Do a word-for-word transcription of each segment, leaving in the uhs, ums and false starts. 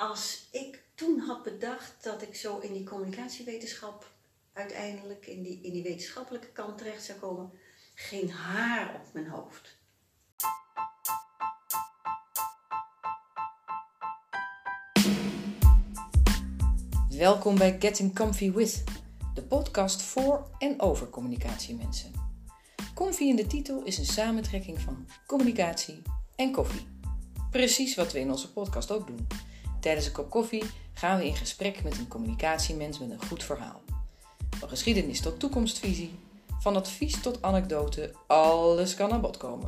als ik toen had bedacht dat ik zo in die communicatiewetenschap uiteindelijk in die, in die wetenschappelijke kant terecht zou komen, geen haar op mijn hoofd. Welkom bij Getting Comfy With, de podcast voor en over communicatiemensen. Comfy in de titel is een samentrekking van communicatie en koffie. Precies wat we in onze podcast ook doen. Tijdens een kop koffie gaan we in gesprek met een communicatiemens met een goed verhaal. Van geschiedenis tot toekomstvisie, van advies tot anekdote, alles kan aan bod komen.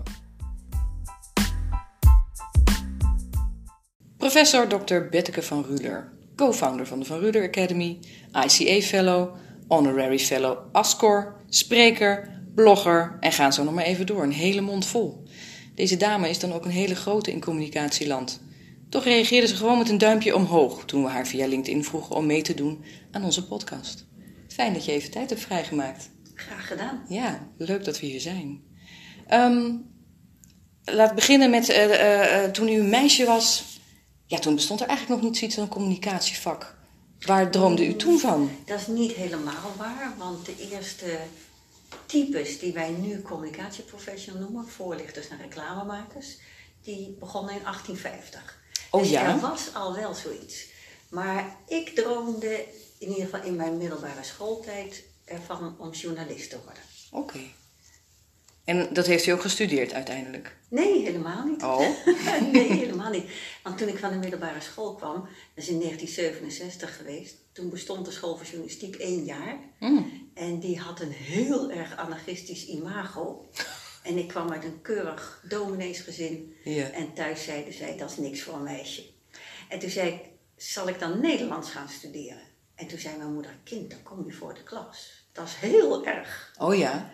Professor dokter Betteke van Ruler, co-founder van de Van Ruler Academy, I C A Fellow, Honorary Fellow ASCOR, spreker, blogger en gaan zo nog maar even door, een hele mond vol. Deze dame is dan ook een hele grote in communicatieland. Toch reageerde ze gewoon met een duimpje omhoog toen we haar via LinkedIn vroegen om mee te doen aan onze podcast. Fijn dat je even tijd hebt vrijgemaakt. Graag gedaan. Ja, leuk dat we hier zijn. Um, laat ik beginnen met uh, uh, uh, toen u een meisje was. Ja, toen bestond er eigenlijk nog niet zoiets als een communicatievak. Waar droomde u toen van? Dat is niet helemaal waar, want de eerste types die wij nu communicatieprofessional noemen, voorlichters en reclamemakers, die begonnen in achttien vijftig. Oh dus ja? er was al wel zoiets. Maar ik droomde in ieder geval in mijn middelbare schooltijd ervan om journalist te worden. Oké. Okay. En dat heeft u ook gestudeerd uiteindelijk? Nee, helemaal niet. Oh? Nee, helemaal niet. Want toen ik van de middelbare school kwam, dat is in negentien zevenenzestig geweest, toen bestond de school voor journalistiek één jaar. Mm. En die had een heel erg anarchistisch imago. En ik kwam uit een keurig domineesgezin. Ja. En thuis zeiden zij, dat is niks voor een meisje. En toen zei ik, zal ik dan Nederlands gaan studeren? En toen zei mijn moeder, kind, dan kom je voor de klas. Dat is heel erg. Oh ja?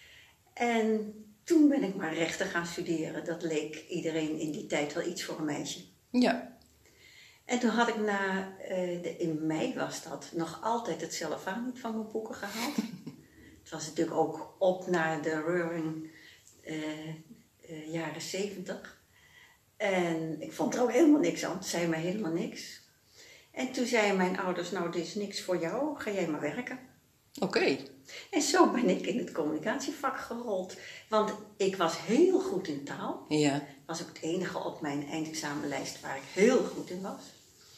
En toen ben ik maar rechten gaan studeren. Dat leek iedereen in die tijd wel iets voor een meisje. Ja. En toen had ik na, uh, de, in mei was dat, nog altijd het cellofaan niet van mijn boeken gehaald. Het was natuurlijk ook op naar de roaring uh, uh, jaren zeventig. En ik vond er ook helemaal niks aan. Het zei mij helemaal niks. En toen zeiden mijn ouders, nou dit is niks voor jou, ga jij maar werken. Oké. Okay. En zo ben ik in het communicatievak gerold. Want ik was heel goed in taal. Ja. Was ook het enige op mijn eindexamenlijst waar ik heel goed in was.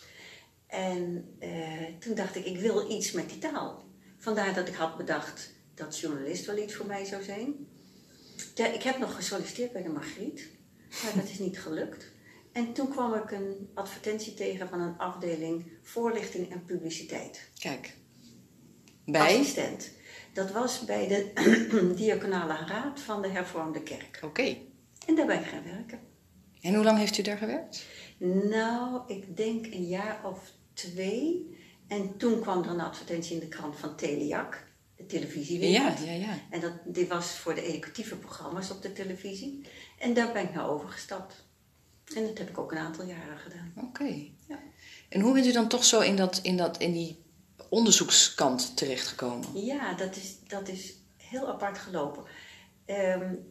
En uh, toen dacht ik, ik wil iets met die taal. Vandaar dat ik had bedacht dat journalist wel iets voor mij zou zijn. Ja, ik heb nog gesolliciteerd bij de Margriet, maar dat is niet gelukt. En toen kwam ik een advertentie tegen van een afdeling voorlichting en publiciteit. Kijk. Bij? Assistent. Dat was bij de diaconale raad van de hervormde kerk. Oké. Okay. En daar ben ik gaan werken. En hoe lang heeft u daar gewerkt? Nou, ik denk een jaar of twee. En toen kwam er een advertentie in de krant van Teliac, de televisiewereld. Ja, ja, ja. En dat, die was voor de educatieve programma's op de televisie. En daar ben ik naar overgestapt. En dat heb ik ook een aantal jaren gedaan. Oké. Okay. Ja. En hoe bent u dan toch zo in, dat, in, dat, in die onderzoekskant terechtgekomen? Ja, dat is, dat is heel apart gelopen. Um,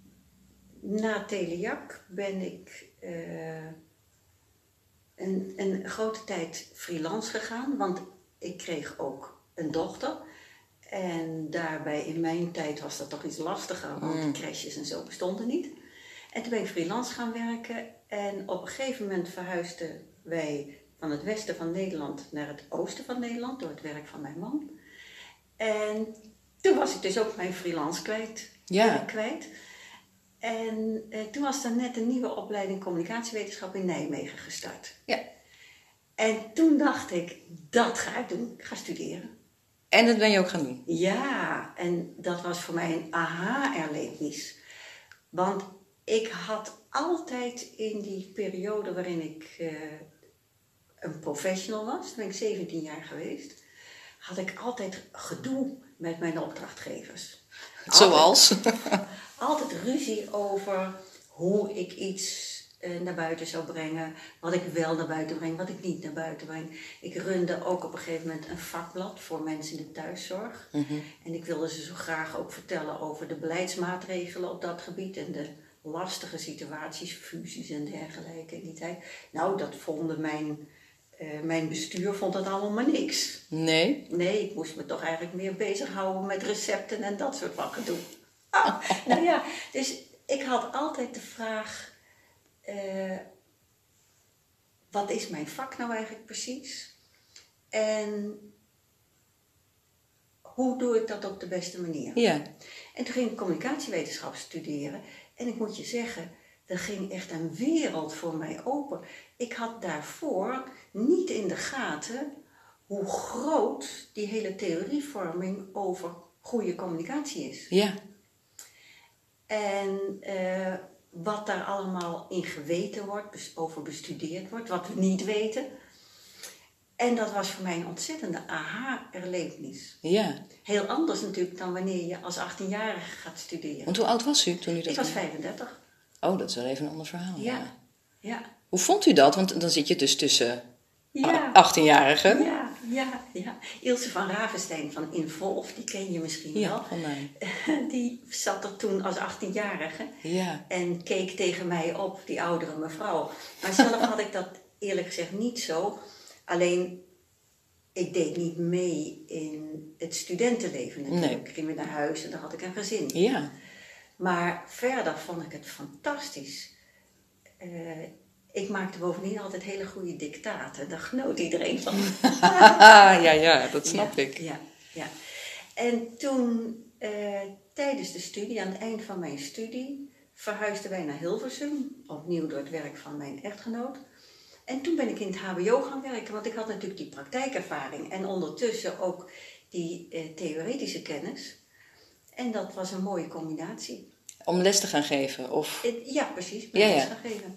na Teliac ben ik uh, een, een grote tijd freelance gegaan, want ik kreeg ook een dochter. En daarbij in mijn tijd was dat toch iets lastiger, want mm. crèches en zo bestonden niet. En toen ben ik freelance gaan werken en op een gegeven moment verhuisden wij van het westen van Nederland naar het oosten van Nederland door het werk van mijn man. En toen was ik dus ook mijn freelance kwijt. Ja. kwijt. En eh, toen was er net een nieuwe opleiding communicatiewetenschap in Nijmegen gestart. Ja. En toen dacht ik, dat ga ik doen. Ik ga studeren. En dat ben je ook gaan doen? Ja, en dat was voor mij een aha-erlevenis. Want ik had altijd in die periode waarin ik uh, een professional was, toen ben ik zeventien jaar geweest, had ik altijd gedoe met mijn opdrachtgevers. Zoals? Altijd, altijd ruzie over hoe ik iets uh, naar buiten zou brengen, wat ik wel naar buiten breng, wat ik niet naar buiten breng. Ik runde ook op een gegeven moment een vakblad voor mensen in de thuiszorg. Mm-hmm. En ik wilde ze zo graag ook vertellen over de beleidsmaatregelen op dat gebied en de lastige situaties, fusies en dergelijke in die tijd. Nou, dat vonden mijn uh, mijn bestuur vond dat allemaal maar niks. Nee? Nee, ik moest me toch eigenlijk meer bezighouden met recepten en dat soort van gedoe. Ah, nou ja, dus ik had altijd de vraag, uh, wat is mijn vak nou eigenlijk precies? En hoe doe ik dat op de beste manier? Ja. En toen ging ik communicatiewetenschap studeren. En ik moet je zeggen, er ging echt een wereld voor mij open. Ik had daarvoor niet in de gaten hoe groot die hele theorievorming over goede communicatie is. Ja. En uh, wat daar allemaal in geweten wordt, over bestudeerd wordt, wat we niet weten. En dat was voor mij een ontzettende aha-erlevenis. Ja. Heel anders natuurlijk dan wanneer je als achttienjarige gaat studeren. Want hoe oud was u toen u dat Ik was deed? vijfendertig. Oh, dat is wel even een ander verhaal. Ja. Ja. Ja. Hoe vond u dat? Want dan zit je dus tussen Ja. achttienjarigen. Ja, ja, ja. Ilse van Ravenstein van Involve, die ken je misschien Ja, wel. van mij. Die zat er toen als achttienjarige Ja. en keek tegen mij op, die oudere mevrouw. Maar zelf had ik dat eerlijk gezegd niet zo. Alleen, ik deed niet mee in het studentenleven natuurlijk. Nee. Ik ging weer naar huis en dan had ik een gezin. Ja. Maar verder vond ik het fantastisch. Uh, ik maakte bovendien altijd hele goede dictaten. Daar genoot iedereen van. ja, ja, dat snap ja, ik. Ja, ja. En toen, uh, tijdens de studie, aan het eind van mijn studie, verhuisden wij naar Hilversum. Opnieuw door het werk van mijn echtgenoot. En toen ben ik in het hbo gaan werken, want ik had natuurlijk die praktijkervaring. En ondertussen ook die uh, theoretische kennis. En dat was een mooie combinatie. Om les te gaan geven? Of... Ja, precies. Ik ben ja, les ja. gaan geven.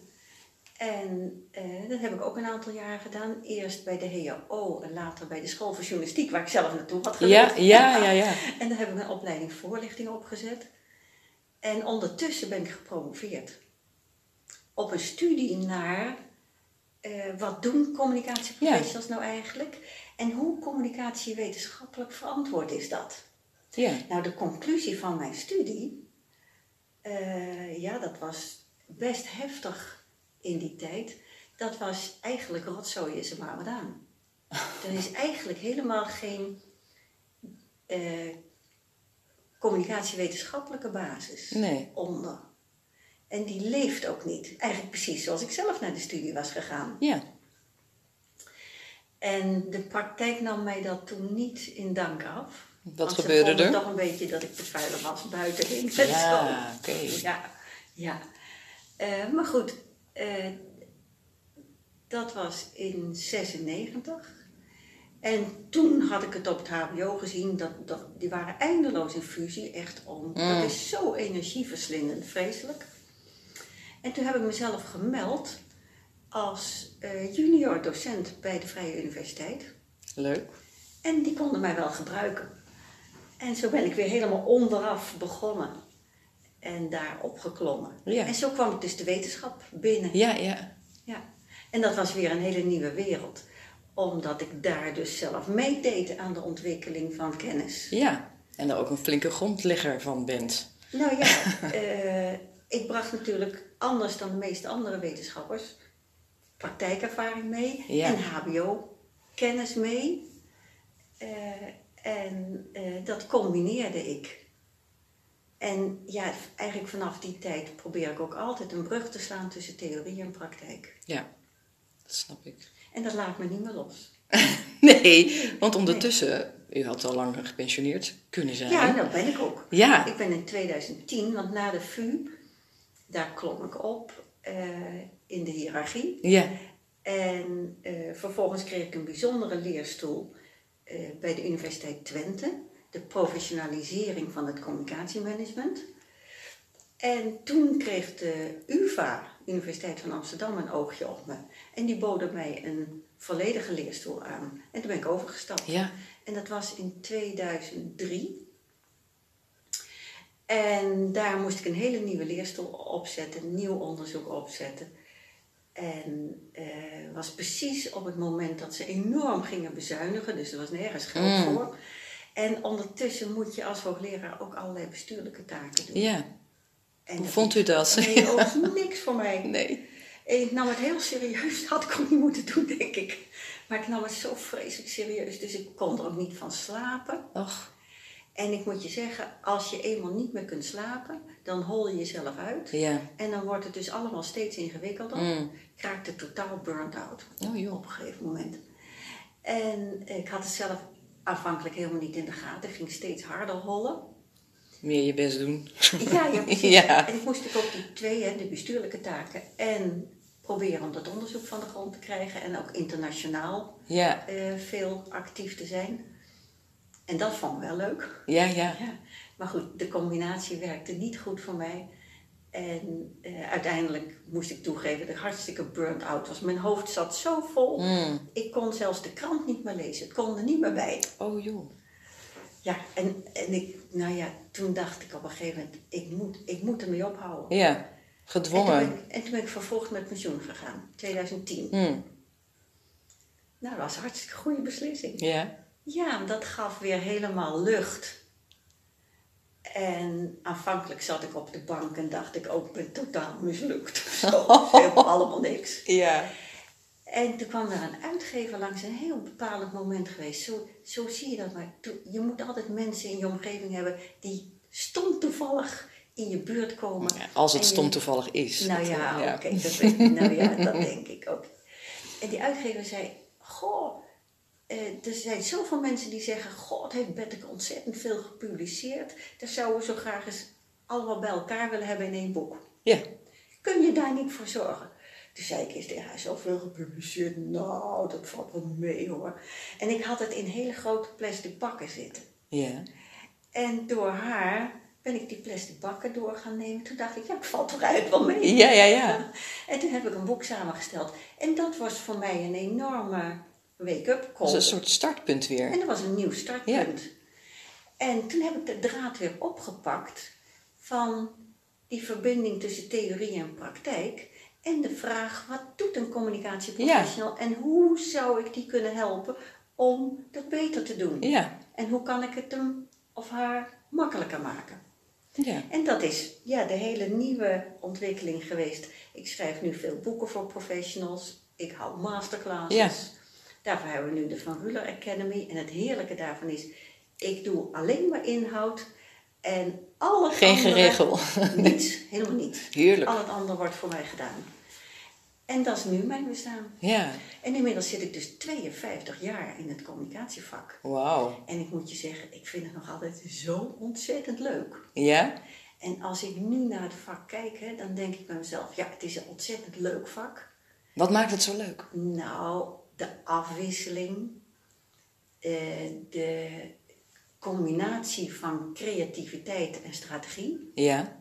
En uh, dat heb ik ook een aantal jaren gedaan. Eerst bij de H A O en later bij de school voor journalistiek, waar ik zelf naartoe had geleerd. Ja, ja, ja, ja. En daar heb ik een opleiding voorlichting opgezet. En ondertussen ben ik gepromoveerd. Op een studie naar uh, wat doen communicatieprofessionals ja. nou eigenlijk? En hoe communicatie wetenschappelijk verantwoord is dat? Ja. Nou, de conclusie van mijn studie, uh, ja, dat was best heftig in die tijd. Dat was eigenlijk rotzooi is er maar wat aan. Er is eigenlijk helemaal geen uh, communicatiewetenschappelijke basis nee. onder. En die leeft ook niet. Eigenlijk precies zoals ik zelf naar de studie was gegaan. Ja. En de praktijk nam mij dat toen niet in dank af. Wat Want gebeurde ze vonden er? toch een beetje dat ik de vuile was buiten hing. Ja, oké. Okay. Ja, ja. Uh, maar goed, uh, dat was in zesennegentig. En toen had ik het op het hbo gezien, dat, dat, die waren eindeloos in fusie, echt om. Mm. Dat is zo energieverslindend, vreselijk. En toen heb ik mezelf gemeld als uh, junior docent bij de Vrije Universiteit. Leuk. En die konden mij wel gebruiken. En zo ben ik weer helemaal onderaf begonnen. En daar opgeklommen. Ja. En zo kwam ik dus de wetenschap binnen. Ja, ja. Ja. En dat was weer een hele nieuwe wereld. Omdat ik daar dus zelf meedeed aan de ontwikkeling van kennis. Ja, en daar ook een flinke grondlegger van bent. Nou ja, uh, ik bracht natuurlijk anders dan de meeste andere wetenschappers praktijkervaring mee. Ja. En hbo-kennis mee. Uh, en uh, dat combineerde ik. En ja, eigenlijk vanaf die tijd probeer ik ook altijd een brug te slaan tussen theorie en praktijk. Ja, dat snap ik. En dat laat me niet meer los. Nee, want ondertussen, nee. U had al lang gepensioneerd kunnen zijn. Ja, dat ben ik ook. Ja. Ik ben in tweeduizend tien, want na de V U, daar klom ik op uh, in de hiërarchie. Ja. En uh, vervolgens kreeg ik een bijzondere leerstoel uh, bij de Universiteit Twente. De professionalisering van het communicatiemanagement. En toen kreeg de U V A, Universiteit van Amsterdam, een oogje op me. En die boden mij een volledige leerstoel aan. En toen ben ik overgestapt. Ja. En dat was in tweeduizend drie. En daar moest ik een hele nieuwe leerstoel opzetten, een nieuw onderzoek opzetten. En uh, was precies op het moment dat ze enorm gingen bezuinigen, dus er was nergens geld mm. voor. En ondertussen moet je als hoogleraar ook allerlei bestuurlijke taken doen. Ja. En Hoe vond u dat? Nee, ook niks voor mij. Nee. En ik nam het heel serieus, dat had ik ook niet moeten doen, denk ik. Maar ik nam het zo vreselijk serieus, dus ik kon er ook niet van slapen. Och. En ik moet je zeggen, als je eenmaal niet meer kunt slapen, dan hol je jezelf uit. Ja. En dan wordt het dus allemaal steeds ingewikkelder. Mm. Ik raakte totaal burnt out Oh, joh. op een gegeven moment. En ik had het zelf aanvankelijk helemaal niet in de gaten. Ik ging steeds harder hollen. Meer je best doen. Ja, ja, precies. Ja. En ik moest ook die twee, hè, de bestuurlijke taken en proberen om dat onderzoek van de grond te krijgen. En ook internationaal Ja. uh, veel actief te zijn. En dat vond ik wel leuk. Ja, ja. Ja. Maar goed, de combinatie werkte niet goed voor mij. En uh, uiteindelijk moest ik toegeven dat ik hartstikke burnt out was. Mijn hoofd zat zo vol. Mm. Ik kon zelfs de krant niet meer lezen. Het kon er niet meer bij. Oh joh. Ja, en, en ik, nou ja, toen dacht ik op een gegeven moment, ik moet, ik moet ermee ophouden. Ja, gedwongen. En toen, ben ik, en toen ben ik vervolgd met pensioen gegaan, twintig tien. Mm. Nou, dat was een hartstikke goede beslissing. Ja. Ja, dat gaf weer helemaal lucht. En aanvankelijk zat ik op de bank en dacht ik ook, ik ben totaal mislukt. Zo, helemaal allemaal niks. Ja. En toen kwam er een uitgever langs, een heel bepalend moment geweest. Zo, zo zie je dat, maar je moet altijd mensen in je omgeving hebben die stom toevallig in je buurt komen. Ja, als het je, stom toevallig is. Nou ja, ja. oké, okay, dat, weet ik, nou ja, dat denk ik ook. En die uitgever zei, goh, eh, er zijn zoveel mensen die zeggen, goh, het heeft Betteke ontzettend veel gepubliceerd. Dat zouden we zo graag eens allemaal bij elkaar willen hebben in één boek. Ja. Kun je daar niet voor zorgen? Toen zei ik eerst, ja, hij is zoveel gepubliceerd. Nou, dat valt wel mee hoor. En ik had het in hele grote plastic bakken zitten. Ja. En door haar ben ik die plastic bakken door gaan nemen. Toen dacht ik, ja, het valt toch eigenlijk wel mee. Ja, ja, ja. En toen heb ik een boek samengesteld. En dat was voor mij een enorme wake-up call. Dat was een soort startpunt weer. En dat was een nieuw startpunt. Ja. En toen heb ik de draad weer opgepakt van die verbinding tussen theorie en praktijk. En de vraag, wat doet een communicatieprofessional? Ja. En hoe zou ik die kunnen helpen om dat beter te doen? Ja. En hoe kan ik het hem of haar makkelijker maken? Ja. En dat is ja, de hele nieuwe ontwikkeling geweest. Ik schrijf nu veel boeken voor professionals. Ik hou masterclasses. Ja. Daarvoor hebben we nu de Van Ruler Academy. En het heerlijke daarvan is, ik doe alleen maar inhoud. En al het Geen andere, geregel. Niets, helemaal niet. Heerlijk. Al het andere wordt voor mij gedaan. En dat is nu mijn bestaan. Ja. En inmiddels zit ik dus tweeënvijftig jaar in het communicatievak. Wauw. En ik moet je zeggen, ik vind het nog altijd zo ontzettend leuk. Ja? En als ik nu naar het vak kijk, hè, dan denk ik bij mezelf, ja, het is een ontzettend leuk vak. Wat maakt het zo leuk? Nou, de afwisseling, eh, de combinatie van creativiteit en strategie. Ja.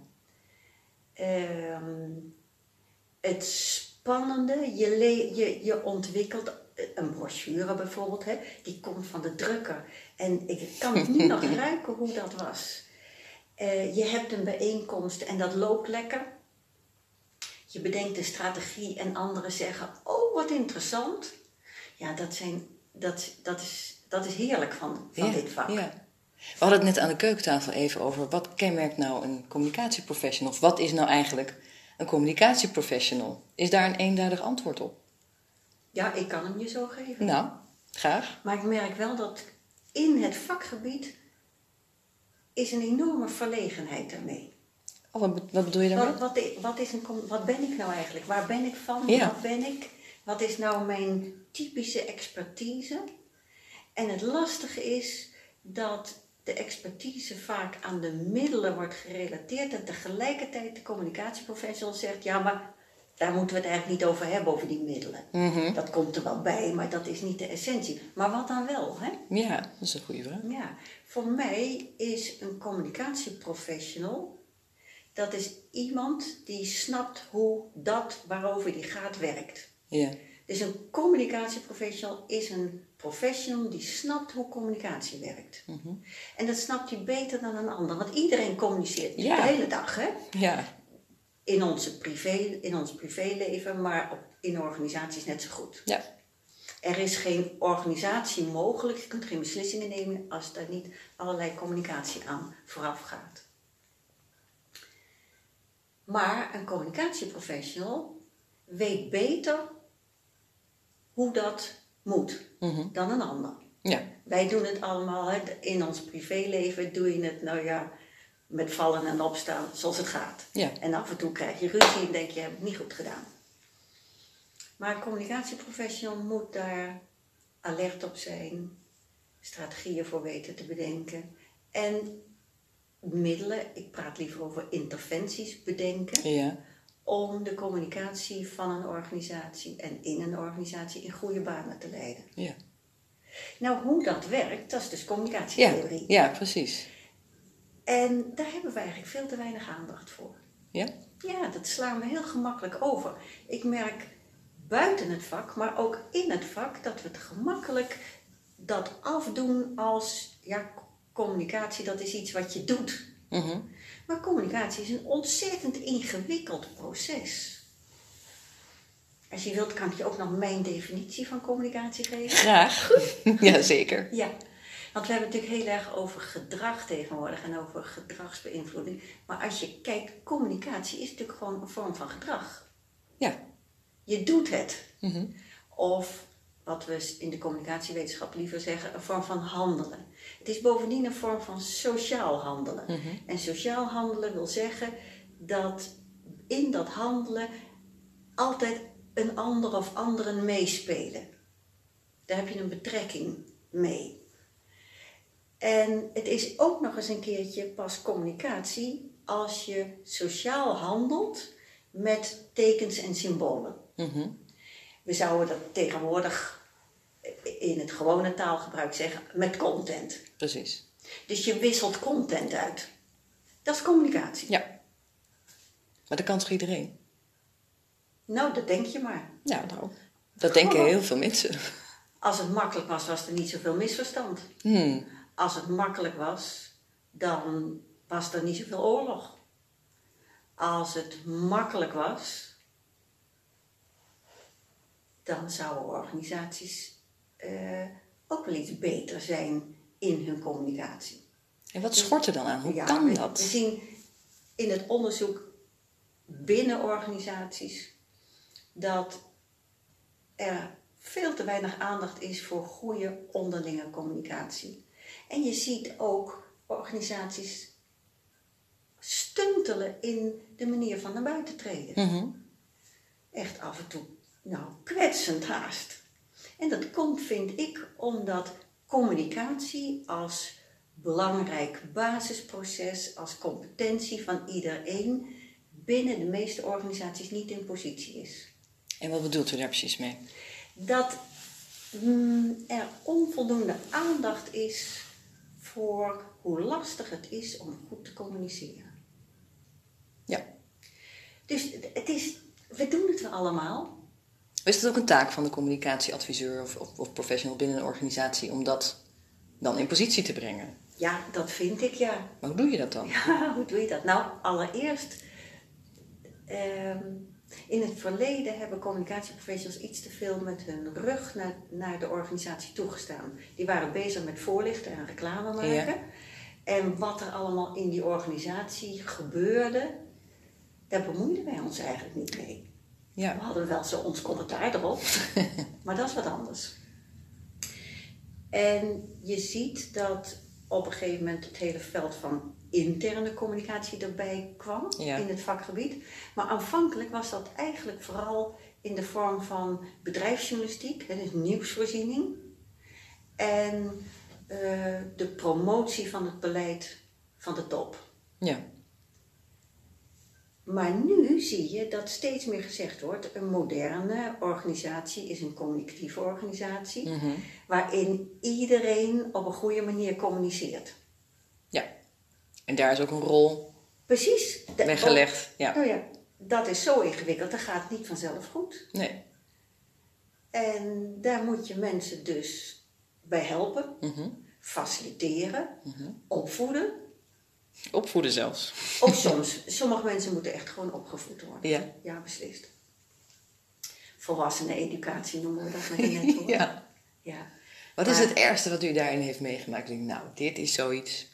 Um, het spannende, je, le- je, je ontwikkelt een brochure bijvoorbeeld, hè, die komt van de drukker. En ik kan het nu nog ruiken hoe dat was. Uh, je hebt een bijeenkomst en dat loopt lekker. Je bedenkt een strategie en anderen zeggen, oh wat interessant. Ja, dat, zijn, dat, dat, is, dat is heerlijk van, van ja, dit vak. Ja. We hadden het net aan de keukentafel even over, wat kenmerkt nou een communicatieprofessional? Of wat is nou eigenlijk een communicatieprofessional? Is daar een eenduidig antwoord op? Ja, ik kan hem je zo geven. Nou, graag. Maar ik merk wel dat in het vakgebied is een enorme verlegenheid daarmee. Oh, wat, wat bedoel je daarmee? Wat, wat, wat, is een, wat ben ik nou eigenlijk? Waar ben ik van? Ja. Wat ben ik? Wat is nou mijn typische expertise? En het lastige is dat de expertise vaak aan de middelen wordt gerelateerd en tegelijkertijd de communicatieprofessional zegt, ja, maar daar moeten we het eigenlijk niet over hebben, over die middelen. Mm-hmm. Dat komt er wel bij, maar dat is niet de essentie. Maar wat dan wel, hè? Ja, dat is een goede vraag. Ja, voor mij is een communicatieprofessional, dat is iemand die snapt hoe dat waarover die gaat werkt. Ja. Dus een communicatieprofessional is een professional die snapt hoe communicatie werkt. Mm-hmm. En dat snapt hij beter dan een ander, want iedereen communiceert Ja. de hele dag, hè? Ja. In, onze privé, in ons privéleven, maar op, in organisaties net zo goed. Ja. Er is geen organisatie mogelijk, je kunt geen beslissingen nemen als daar niet allerlei communicatie aan vooraf gaat. Maar een communicatieprofessional weet beter hoe dat moet Mm-hmm. dan een ander. Ja. Wij doen het allemaal, hè, in ons privéleven doe je het, nou ja, met vallen en opstaan zoals het gaat. Ja. En af en toe krijg je ruzie en denk je, je hebt het niet goed gedaan. Maar een communicatieprofessional moet daar alert op zijn, strategieën voor weten te bedenken en middelen, ik praat liever over interventies bedenken, Ja. om de communicatie van een organisatie en in een organisatie in goede banen te leiden. Ja. Nou, hoe dat werkt, dat is dus Ja. communicatietheorie. Ja, precies. En daar hebben we eigenlijk veel te weinig aandacht voor. Ja? Ja, dat slaan we heel gemakkelijk over. Ik merk buiten het vak, maar ook in het vak, dat we het gemakkelijk dat afdoen als, ja, communicatie, dat is iets wat je doet. Mm-hmm. Maar communicatie is een ontzettend ingewikkeld proces. Als je wilt, kan ik je ook nog mijn definitie van communicatie geven. Graag. Ja, zeker. Ja, want we hebben het natuurlijk heel erg over gedrag tegenwoordig en over gedragsbeïnvloeding. Maar als je kijkt, communicatie is natuurlijk gewoon een vorm van gedrag. Ja. Je doet het. Mm-hmm. Of, wat we in de communicatiewetenschap liever zeggen, een vorm van handelen. Het is bovendien een vorm van sociaal handelen. Mm-hmm. En sociaal handelen wil zeggen dat in dat handelen altijd een ander of anderen meespelen. Daar heb je een betrekking mee. En het is ook nog eens een keertje pas communicatie als je sociaal handelt met tekens en symbolen. Mm-hmm. We zouden dat tegenwoordig in het gewone taalgebruik zeggen met content. Precies. Dus je wisselt content uit. Dat is communicatie. Ja. Maar dat kan toch iedereen? Nou, dat denk je maar. Ja, nou. Dat denken Gewoon. heel veel mensen. Als het makkelijk was, was er niet zoveel misverstand. Hmm. Als het makkelijk was, dan was er niet zoveel oorlog. Als het makkelijk was, dan zouden organisaties uh, ook wel iets beter zijn in hun communicatie. En wat schort er dan aan? Hoe Ja, kan we, dat? We zien in het onderzoek binnen organisaties dat er veel te weinig aandacht is voor goede onderlinge communicatie. En je ziet ook organisaties stuntelen in de manier van naar buiten treden. Mm-hmm. Echt af en toe, nou, kwetsend haast. En dat komt, vind ik, omdat communicatie als belangrijk basisproces, als competentie van iedereen binnen de meeste organisaties niet in positie is. En wat bedoelt u daar precies mee? Dat mm, er onvoldoende aandacht is voor hoe lastig het is om goed te communiceren. Ja. Dus het is, we doen het wel allemaal. Is het ook een taak van de communicatieadviseur of, of, of professional binnen een organisatie om dat dan in positie te brengen? Ja, dat vind ik, ja. Maar hoe doe je dat dan? Ja, hoe doe je dat? Nou, allereerst, um, in het verleden hebben communicatieprofessionals iets te veel met hun rug naar, naar de organisatie toegestaan. Die waren bezig met voorlichten en reclame maken. Ja. En wat er allemaal in die organisatie gebeurde, daar bemoeiden wij ons eigenlijk niet mee. Ja. We hadden wel zo ons commentaar erop, maar dat is wat anders. En je ziet dat op een gegeven moment het hele veld van interne communicatie erbij kwam, ja, in het vakgebied. Maar aanvankelijk was dat eigenlijk vooral in de vorm van bedrijfsjournalistiek, dus nieuwsvoorziening. En uh, de promotie van het beleid van de top. Ja. Maar nu zie je dat steeds meer gezegd wordt, een moderne organisatie is een communicatieve organisatie, mm-hmm, waarin iedereen op een goede manier communiceert. Ja, en daar is ook een rol precies weggelegd. Ook, ja. Nou ja, dat is zo ingewikkeld, dat gaat niet vanzelf goed. Nee. En daar moet je mensen dus bij helpen, mm-hmm, faciliteren, mm-hmm, opvoeden. Opvoeden zelfs. Ook soms. Sommige mensen moeten echt gewoon opgevoed worden. Ja. Ja, beslist. Volwassenen educatie noemen we dat maar net hoor. Ja. Ja. Wat maar, is het ergste wat u daarin heeft meegemaakt? Ik denk, nou, dit is zoiets.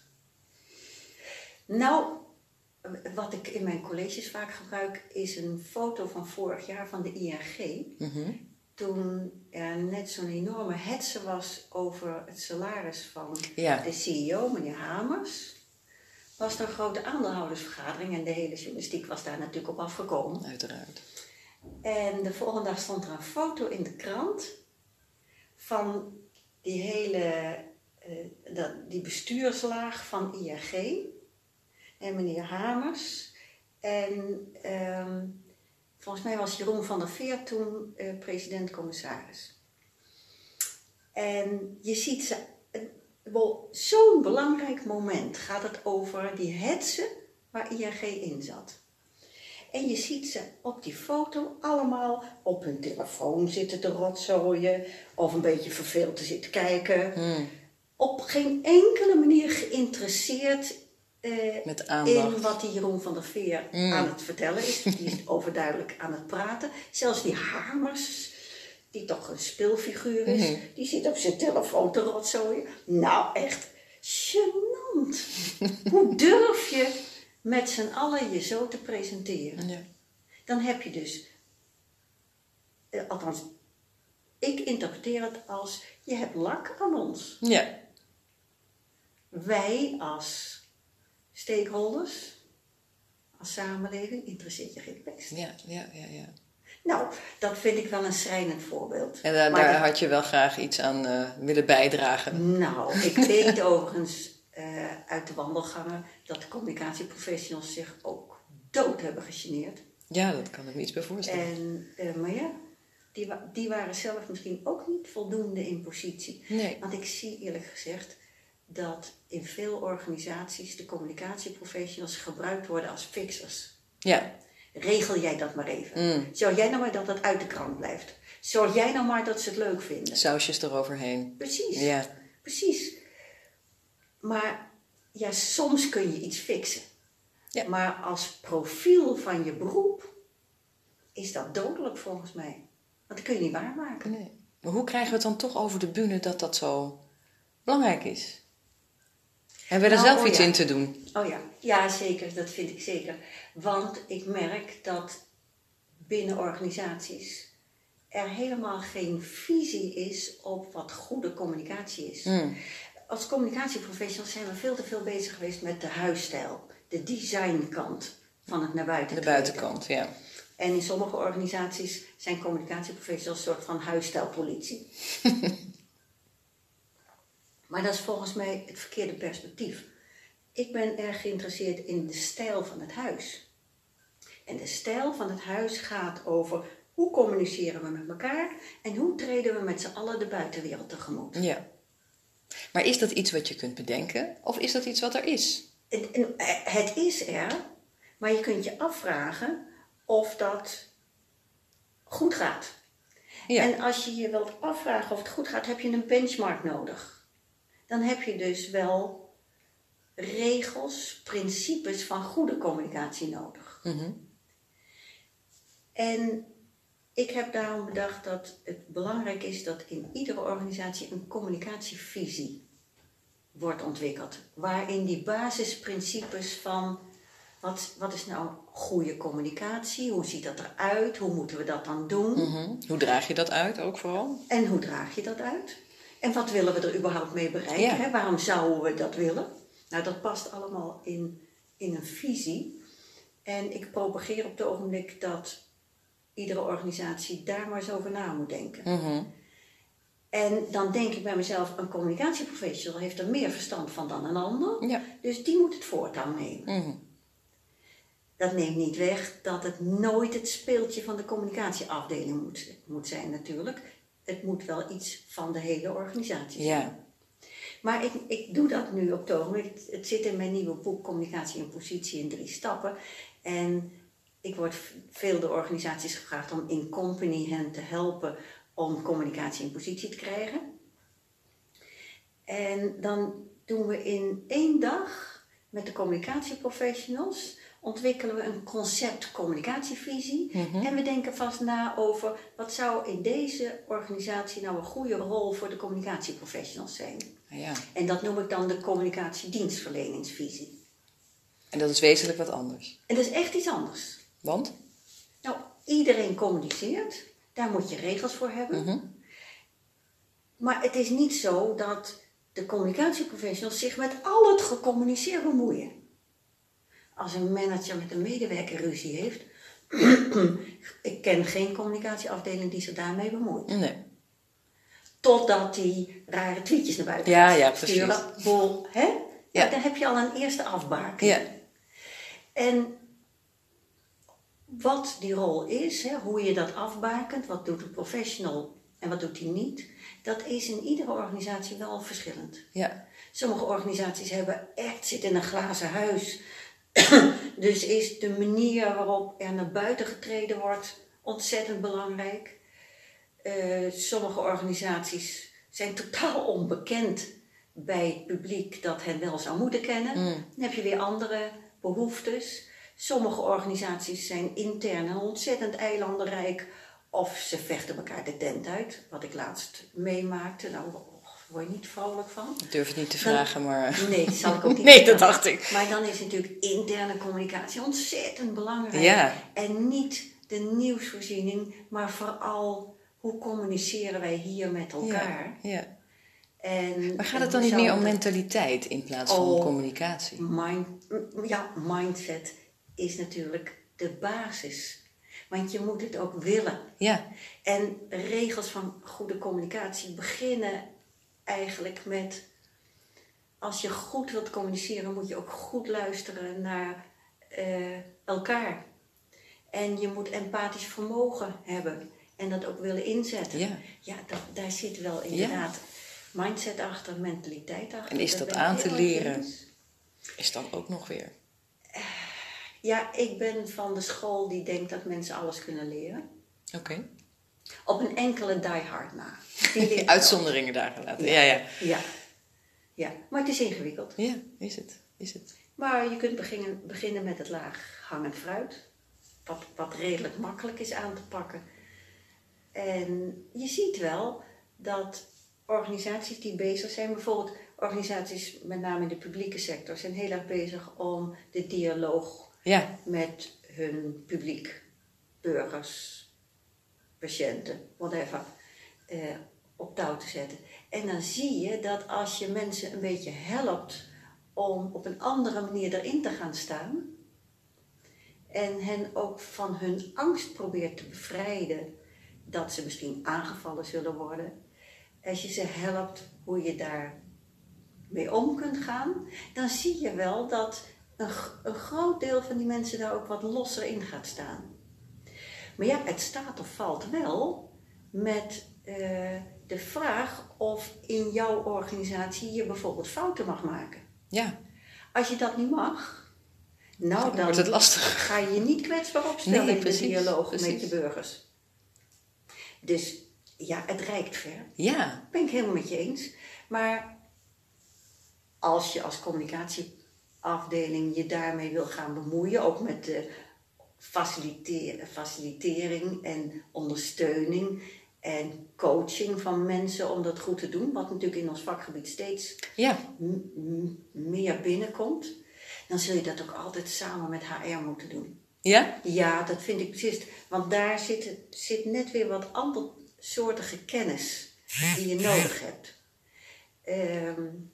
Nou, wat ik in mijn colleges vaak gebruik is een foto van vorig jaar van de I N G. Mm-hmm. toen er net zo'n enorme hetze was over het salaris van Ja. de C E O, meneer Hamers, was er een grote aandeelhoudersvergadering en de hele journalistiek was daar natuurlijk op afgekomen. Uiteraard. En de volgende dag stond er een foto in de krant van die hele uh, dat, die bestuurslaag van I N G en meneer Hamers. En um, volgens mij was Jeroen van der Veer toen uh, president-commissaris. En je ziet ze, uh, zo'n belangrijk moment gaat het over die hetze waar I N G in zat. En je ziet ze op die foto allemaal op hun telefoon zitten te rotzooien of een beetje verveeld te zitten kijken. Hmm. Op geen enkele manier geïnteresseerd uh, Met aandacht. in wat die Jeroen van der Veer Mm. aan het vertellen is. Die is overduidelijk aan het praten. Zelfs die Hamers, die toch een speelfiguur is, Mm-hmm. die zit op zijn telefoon te rotzooien. Nou, echt gênant. Hoe durf je met z'n allen je zo te presenteren? Ja. Dan heb je dus, uh, althans, ik interpreteer het als, je hebt lak aan ons. Ja. Wij als stakeholders, als samenleving, interesseert je geen best. Ja, ja, ja, ja. Nou, dat vind ik wel een schrijnend voorbeeld. En daar, Maar daar dat- had je wel graag iets aan uh, willen bijdragen. Nou, ik weet overigens uh, uit de wandelgangen dat de communicatieprofessionals zich ook dood hebben gegeneerd. Ja, dat kan ik me iets bij voorstellen. En, uh, maar ja, die, wa- die waren zelf misschien ook niet voldoende in positie. Nee. Want ik zie eerlijk gezegd dat in veel organisaties de communicatieprofessionals gebruikt worden als fixers. Ja. Regel jij dat maar even. Mm. Zorg jij nou maar dat het uit de krant blijft. Zorg jij nou maar dat ze het leuk vinden. Sausjes eroverheen. Precies. Ja. Precies. Maar ja, soms kun je iets fixen. Ja. Maar als profiel van je beroep is dat dodelijk volgens mij. Want dat kun je niet waarmaken. Nee. Maar hoe krijgen we het dan toch over de bühne dat dat zo belangrijk is? Hebben we er Nou, zelf oh iets ja. in te doen? Oh ja, ja zeker, dat vind ik zeker. Want ik merk dat binnen organisaties er helemaal geen visie is op wat goede communicatie is. Mm. Als communicatieprofessionals zijn we veel te veel bezig geweest met de huisstijl, de designkant van het naar buiten De treden. buitenkant, ja. En in sommige organisaties zijn communicatieprofessionals een soort van huisstijlpolitie. Maar dat is volgens mij het verkeerde perspectief. Ik ben erg geïnteresseerd in de stijl van het huis. En de stijl van het huis gaat over hoe communiceren we met elkaar en hoe treden we met z'n allen de buitenwereld tegemoet. Ja. Maar is dat iets wat je kunt bedenken? Of is dat iets wat er is? Het, het is er, maar je kunt je afvragen of dat goed gaat. Ja. En als je je wilt afvragen of het goed gaat, heb je een benchmark nodig. Dan heb je dus wel regels, principes van goede communicatie nodig. Mm-hmm. En ik heb daarom bedacht dat het belangrijk is dat in iedere organisatie een communicatievisie wordt ontwikkeld. Waarin die basisprincipes van wat, wat is nou goede communicatie, hoe ziet dat eruit, hoe moeten we dat dan doen Mm-hmm. Hoe draag je dat uit ook vooral? en hoe draag je dat uit? En wat willen we er überhaupt mee bereiken? Ja. Hè? Waarom zouden we dat willen? Nou, dat past allemaal in, in een visie. En ik propageer op het ogenblik dat iedere organisatie daar maar eens over na moet denken. Mm-hmm. En dan denk ik bij mezelf, een communicatieprofessional heeft er meer verstand van dan een ander. Ja. Dus die moet het voortouw nemen. Mm-hmm. Dat neemt niet weg dat het nooit het speeltje van de communicatieafdeling moet, moet zijn natuurlijk. Het moet wel iets van de hele organisatie zijn. Ja. Maar ik, ik doe dat nu op het ogenblik. Het, het zit in mijn nieuwe boek Communicatie en Positie in drie stappen. En ik word veel door organisaties gevraagd om in company hen te helpen om communicatie en positie te krijgen. En dan doen we in één dag met de communicatieprofessionals ontwikkelen we een concept communicatievisie. Mm-hmm. En we denken vast na over wat zou in deze organisatie nou een goede rol voor de communicatieprofessionals zijn. Ja. En dat noem ik dan de communicatiedienstverleningsvisie. En dat is wezenlijk wat anders. En dat is echt iets anders. Want? Nou, iedereen communiceert. Daar moet je regels voor hebben. Mm-hmm. Maar het is niet zo dat de communicatieprofessionals zich met al het gecommuniceerd bemoeien. Als een manager met een medewerker ruzie heeft, ik ken geen communicatieafdeling die zich daarmee bemoeit. Nee. Totdat die rare tweetjes naar buiten Ja, gaat ja, precies. sturen. Bol, hè? Ja. Ja, dan heb je al een eerste afbaking. Ja. En wat die rol is, hè, hoe je dat afbakent, wat doet een professional en wat doet hij niet, dat is in iedere organisatie wel verschillend. Ja. Sommige organisaties hebben echt zitten in een glazen huis. Dus is de manier waarop er naar buiten getreden wordt ontzettend belangrijk. Uh, sommige organisaties zijn totaal onbekend bij het publiek dat hen wel zou moeten kennen. Mm. Dan heb je weer andere behoeftes. Sommige organisaties zijn intern en ontzettend eilandenrijk of ze vechten elkaar de tent uit. Wat ik laatst meemaakte, nou word je niet vrolijk van. Ik durf het niet te Dan, vragen, maar... Nee, dat zal ik ook niet Nee, vertellen. dat dacht ik. Maar dan is natuurlijk interne communicatie ontzettend belangrijk. Ja. En niet de nieuwsvoorziening, maar vooral hoe communiceren wij hier met elkaar. Ja, ja. En, maar gaat en het dan niet zou meer om dat- mentaliteit in plaats van Oh, communicatie? Mind, ja, mindset is natuurlijk de basis. Want je moet het ook willen. Ja, En regels van goede communicatie beginnen eigenlijk met... Als je goed wilt communiceren, moet je ook goed luisteren naar uh, elkaar. En je moet empathisch vermogen hebben. En dat ook willen inzetten. Ja. Ja, dat, daar zit wel inderdaad mindset achter, mentaliteit achter. En is Daar dat ben ik aan heel te erg leren? eens. is dan ook nog weer. Ja, ik ben van de school die denkt dat mensen alles kunnen leren. Oké. Okay. Op een enkele diehard na. Die leert Uitzonderingen daar gelaten. Ja. Ja, ja. ja. Ja, maar het is ingewikkeld. Ja, is het. Is het. Maar je kunt beginnen, beginnen met het laag hangend fruit. Wat, wat redelijk makkelijk is aan te pakken. En je ziet wel dat organisaties die bezig zijn, bijvoorbeeld organisaties met name in de publieke sector, zijn heel erg bezig om de dialoog ja. met hun publiek, burgers, patiënten, whatever, eh, op touw te zetten. En dan zie je dat als je mensen een beetje helpt om op een andere manier erin te gaan staan en hen ook van hun angst probeert te bevrijden dat ze misschien aangevallen zullen worden. Als je ze helpt hoe je daar mee om kunt gaan, dan zie je wel dat een, een groot deel van die mensen daar ook wat losser in gaat staan. Maar ja, het staat of valt wel met uh, de vraag of in jouw organisatie je bijvoorbeeld fouten mag maken. Ja. Als je dat niet mag, nou dan, dan wordt het lastig. Ga je je niet kwetsbaar opstellen nee, in precies, de dialoog precies. met je burgers. Dus ja, het reikt ver. Ja. Ben ik helemaal met je eens. Maar als je als communicatieafdeling je daarmee wil gaan bemoeien, ook met de faciliteer, facilitering en ondersteuning en coaching van mensen om dat goed te doen, wat natuurlijk in ons vakgebied steeds ja. m- m- meer binnenkomt, dan zul je dat ook altijd samen met H R moeten doen. Ja? Ja, dat vind ik precies. Want daar zit, zit net weer wat andersoortige kennis die je nodig hebt. Um,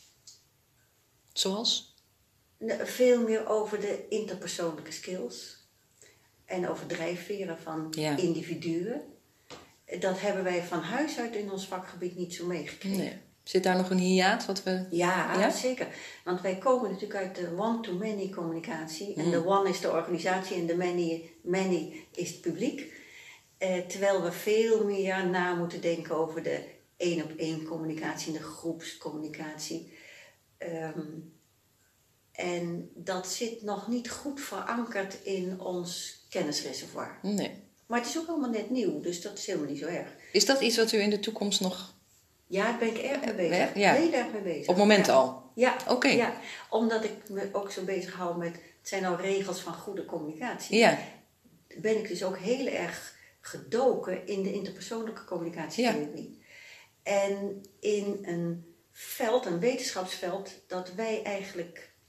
Zoals? Veel meer over de interpersoonlijke skills en over drijfveren van ja. individuen. Dat hebben wij van huis uit in ons vakgebied niet zo meegekregen. Nee. Zit daar nog een hiaat wat we... Ja, ja, zeker. Want wij komen natuurlijk uit de one-to-many communicatie. En mm. de one is de organisatie en de many, many is het publiek. Eh, terwijl we veel meer na moeten denken over de één-op-één communicatie en de groepscommunicatie. Um, en dat zit nog niet goed verankerd in ons kennisreservoir. Nee. Maar het is ook allemaal net nieuw, dus dat is helemaal niet zo erg. Is dat iets wat u in de toekomst nog... Ja, daar ben ik erg mee bezig. Ja. Heel erg mee bezig. Op het moment ja. al? Ja. Oké. Okay. Ja, omdat ik me ook zo bezig hou met... Het zijn nou regels van goede communicatie. Ja. Ben ik dus ook heel erg gedoken in de interpersoonlijke communicatietheorie. Ja. En in een veld, een wetenschapsveld, dat wij eigenlijk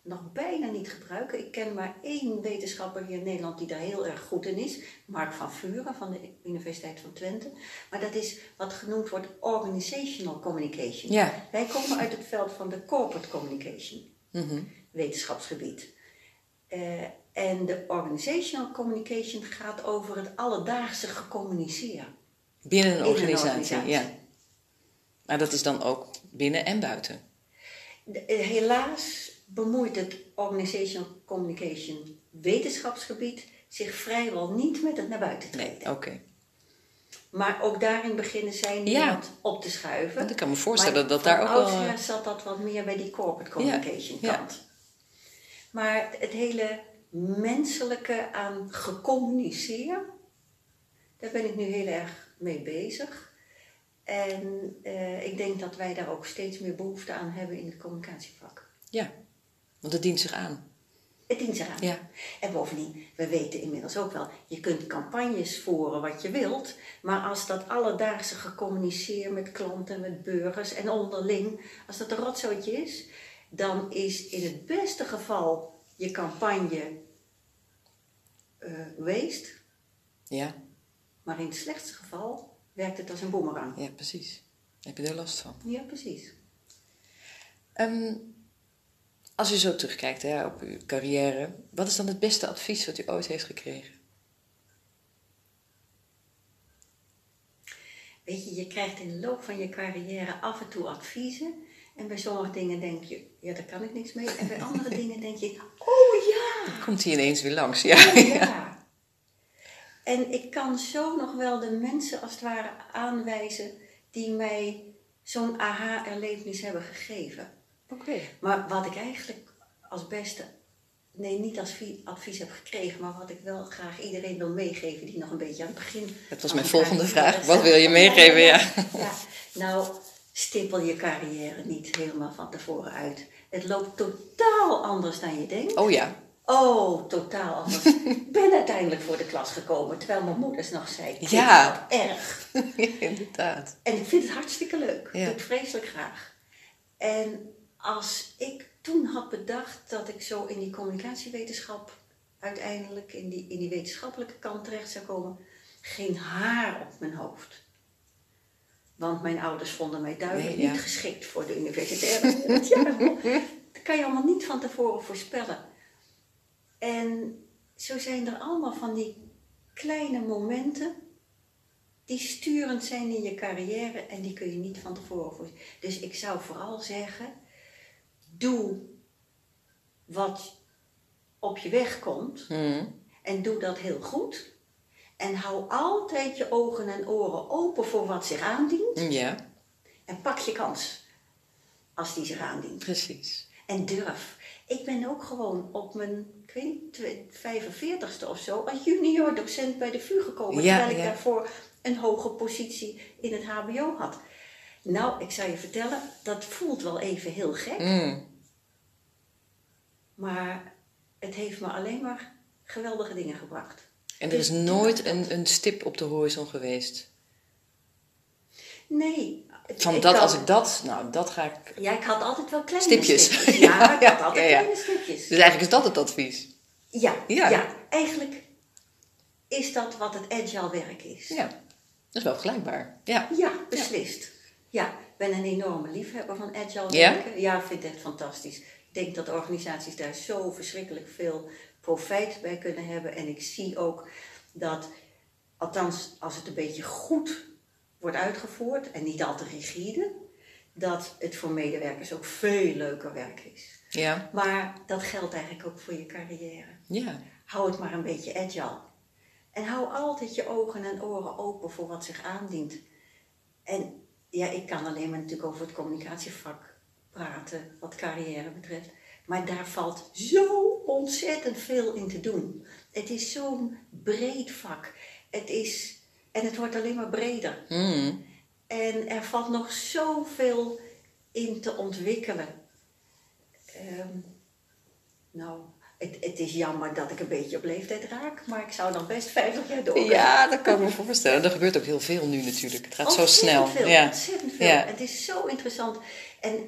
nog bijna niet gebruiken. Ik ken maar één wetenschapper hier in Nederland die daar heel erg goed in is. Mark van Vuren van de Universiteit van Twente. Maar dat is wat genoemd wordt organizational communication. Ja. Wij komen uit het veld van de corporate communication, Mm-hmm. wetenschapsgebied. Uh, en de organizational communication gaat over het alledaagse gecommuniceren. Binnen een In een organisatie, organisatie. ja. Maar dat is dan ook binnen en buiten. De, uh, helaas bemoeit het organizational communication wetenschapsgebied zich vrijwel niet met het naar buiten treden. Nee, oké. Okay. Maar ook daarin beginnen zij nu Ja. wat op te schuiven. Want ik kan me voorstellen maar dat daar ook wel... oudsher zat dat wat meer bij die corporate communication Ja. kant. Ja. Maar het hele menselijke aan gecommuniceren, daar ben ik nu heel erg mee bezig. En uh, ik denk dat wij daar ook steeds meer behoefte aan hebben in het communicatievak. Ja, want het dient zich aan. Het dient zich aan. Ja. En bovendien, we weten inmiddels ook wel, je kunt campagnes voeren wat je wilt, maar als dat alledaagse gecommuniceer met klanten, met burgers en onderling, als dat een rotzootje is, dan is in het beste geval je campagne uh, waste. Ja. Maar in het slechtste geval werkt het als een boemerang. Ja, precies. Heb je er last van? Ja, precies. Um, als u zo terugkijkt hè, op uw carrière, wat is dan het beste advies wat u ooit heeft gekregen? Weet je, je krijgt in de loop van je carrière af en toe adviezen. En bij sommige dingen denk je, ja, daar kan ik niks mee. En bij andere dingen denk je, oh ja! Dan komt hij ineens weer langs, ja. Oh ja! En ik kan zo nog wel de mensen als het ware aanwijzen die mij zo'n aha-erlevenis hebben gegeven. Oké. Okay. Maar wat ik eigenlijk als beste, nee, niet als advies heb gekregen, maar wat ik wel graag iedereen wil meegeven die nog een beetje aan het begin... Dat was mijn volgende vraag. Wat wil je meegeven? Ja, ja. Ja. Ja. Nou, stippel je carrière niet helemaal van tevoren uit. Het loopt totaal anders dan je denkt. Oh ja. Oh, totaal anders. Ik ben uiteindelijk voor de klas gekomen, terwijl mijn moeders nog zei, ja, wat erg. Ja, inderdaad. En ik vind het hartstikke leuk. Ja. Ik doe het vreselijk graag. En als ik toen had bedacht dat ik zo in die communicatiewetenschap uiteindelijk in die, in die wetenschappelijke kant terecht zou komen, geen haar op mijn hoofd. Want mijn ouders vonden mij duidelijk nee, ja. niet geschikt voor de universitaire wereld. Ja, dat kan je allemaal niet van tevoren voorspellen. En zo zijn er allemaal van die kleine momenten die sturend zijn in je carrière en die kun je niet van tevoren voorspellen. Dus ik zou vooral zeggen, doe wat op je weg komt mm. en doe dat heel goed. En hou altijd je ogen en oren open voor wat zich aandient. Ja. En pak je kans als die zich aandient. Precies. En durf. Ik ben ook gewoon op mijn, ik weet niet, vijfenveertigste of zo, als junior docent bij de V U gekomen. Ja, terwijl ik ja. daarvoor een hoge positie in het H B O had. Nou, ik zou je vertellen, dat voelt wel even heel gek. Mm. Maar het heeft me alleen maar geweldige dingen gebracht. En er is nooit een, een stip op de horizon geweest? Nee. Van ik dat, kan, als ik dat, nou, dat ga ik... Ja, ik had altijd wel kleine stipjes. stipjes. Ja, ik ja, had altijd ja, ja. kleine stipjes. Dus eigenlijk is dat het advies? Ja, Ja. ja, eigenlijk is dat wat het agile werk is. Ja, dat is wel vergelijkbaar. Ja, Ja, beslist. Ja, ik ben een enorme liefhebber van agile Ja? werken. Ja, ik vind het echt fantastisch. Ik denk dat organisaties daar zo verschrikkelijk veel profijt bij kunnen hebben. En ik zie ook dat, althans als het een beetje goed wordt uitgevoerd en niet al te rigide, dat het voor medewerkers ook veel leuker werk is. ja, Maar dat geldt eigenlijk ook voor je carrière. ja. Hou het maar een beetje agile. En hou altijd je ogen en oren open voor wat zich aandient. En ja, ik kan alleen maar natuurlijk over het communicatievak praten, wat carrière betreft. Maar daar valt zo ontzettend veel in te doen. Het is zo'n breed vak. Het is, en het wordt alleen maar breder. Mm. En er valt nog zoveel in te ontwikkelen. Um, nou, het, het is jammer dat ik een beetje op leeftijd raak, maar ik zou nog best vijftig jaar door. Ja, dat kan ik me voorstellen. Er gebeurt ook heel veel nu natuurlijk. Het gaat zo snel. Veel, Ja. Ontzettend veel. Ja. Het is zo interessant. En ik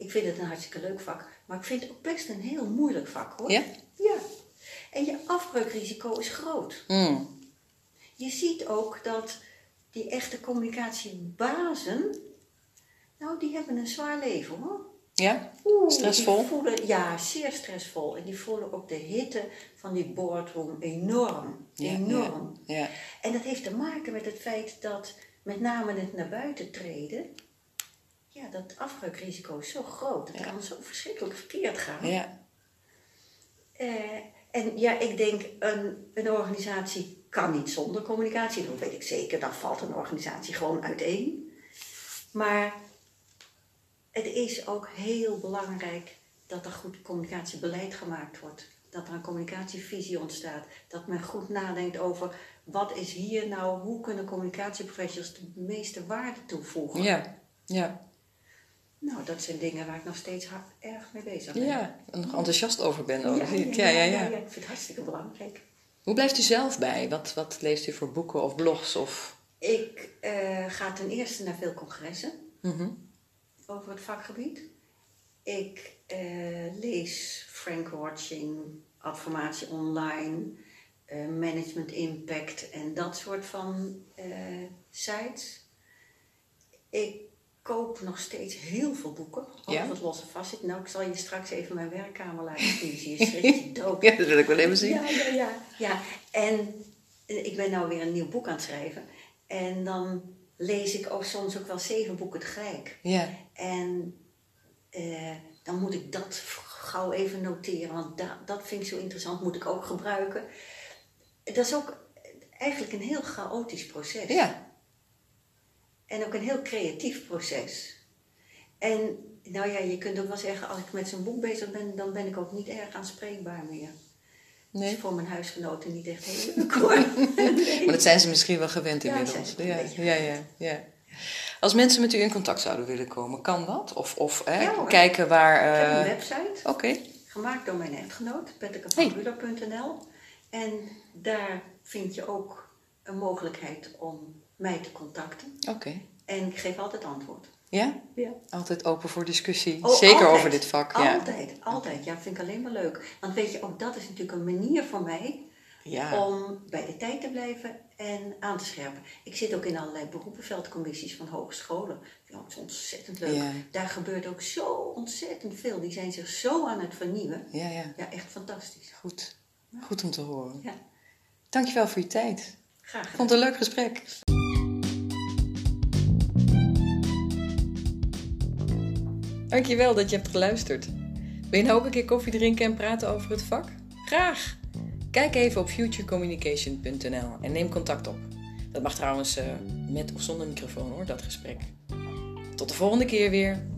ik vind het een hartstikke leuk vak, maar ik vind het ook best een heel moeilijk vak hoor. Ja? Ja. En je afbreukrisico is groot. Mm. Je ziet ook dat die echte communicatiebazen, nou die hebben een zwaar leven hoor. Ja? Oeh, Stressvol? Die voelen, ja, zeer stressvol. En die voelen ook de hitte van die boardroom enorm. Ja, enorm. Ja, ja. En dat heeft te maken met het feit dat met name het naar buiten treden, ja, dat afbreukrisico is zo groot. Het Ja. kan zo verschrikkelijk verkeerd gaan. Ja. Uh, en ja, ik denk, een, een organisatie kan niet zonder communicatie. Dat weet ik zeker, dan valt een organisatie gewoon uiteen. Maar het is ook heel belangrijk dat er goed communicatiebeleid gemaakt wordt. Dat er een communicatievisie ontstaat. Dat men goed nadenkt over wat is hier nou, hoe kunnen communicatieprofessionals de meeste waarde toevoegen. Ja, ja. Nou, dat zijn dingen waar ik nog steeds hard, erg mee bezig ben. Ja, en nog enthousiast over ben. Ook. Ja, ja, Ja, ja, ja, ja, ja, ik vind het hartstikke belangrijk. Hoe blijft u zelf bij? Wat, wat leest u voor boeken of blogs? Of... Ik uh, ga ten eerste naar veel congressen Mm-hmm. over het vakgebied. Ik uh, lees Frank Watching, Adformatie Online, uh, Management Impact en dat soort van uh, sites. Ik koop nog steeds heel veel boeken, als Ja? het los en vast zit. Nou, ik zal je straks even mijn werkkamer laten zien, zie je schrik je dood. Ja, dat wil ik wel even zien. Ja, ja, ja, ja. En ik ben nou weer een nieuw boek aan het schrijven. En dan lees ik ook soms ook wel zeven boeken tegelijk. Ja. En uh, dan moet ik dat gauw even noteren, want da- dat vind ik zo interessant, moet ik ook gebruiken. Dat is ook eigenlijk een heel chaotisch proces. Ja. En ook een heel creatief proces. En nou ja, je kunt ook wel zeggen, als ik met zo'n boek bezig ben, dan ben ik ook niet erg aanspreekbaar meer. Nee. Dat is voor mijn huisgenoten niet echt heel leuk hoor. Nee. Maar dat zijn ze misschien wel gewend Ja, inmiddels. zijn ze Ja, een beetje ja, ja, ja. Als mensen met u in contact zouden willen komen, kan dat? Of, of hè, Ja, hoor. kijken waar... Ik heb Uh... een website, Oké. Okay. gemaakt door mijn echtgenoot, petteke Hey. van buller punt n l. En daar vind je ook een mogelijkheid om mij te contacten. Oké. Okay. En ik geef altijd antwoord. Ja? Ja. Altijd open voor discussie. Oh, Zeker altijd. over dit vak. Altijd, ja. altijd. Ja, vind ik alleen maar leuk. Want weet je, ook dat is natuurlijk een manier voor mij ja. om bij de tijd te blijven en aan te scherpen. Ik zit ook in allerlei beroepenveldcommissies van hogescholen. Ja, dat is ontzettend leuk. Ja. Daar gebeurt ook zo ontzettend veel. Die zijn zich zo aan het vernieuwen. Ja, ja. Ja, echt fantastisch. Goed. Goed om te horen. Ja. Dankjewel voor je tijd. Graag gedaan. Ik vond het een leuk gesprek. Dankjewel dat je hebt geluisterd. Wil je nou ook een keer koffie drinken en praten over het vak? Graag! Kijk even op future communication punt n l en neem contact op. Dat mag trouwens uh, met of zonder microfoon hoor, dat gesprek. Tot de volgende keer weer.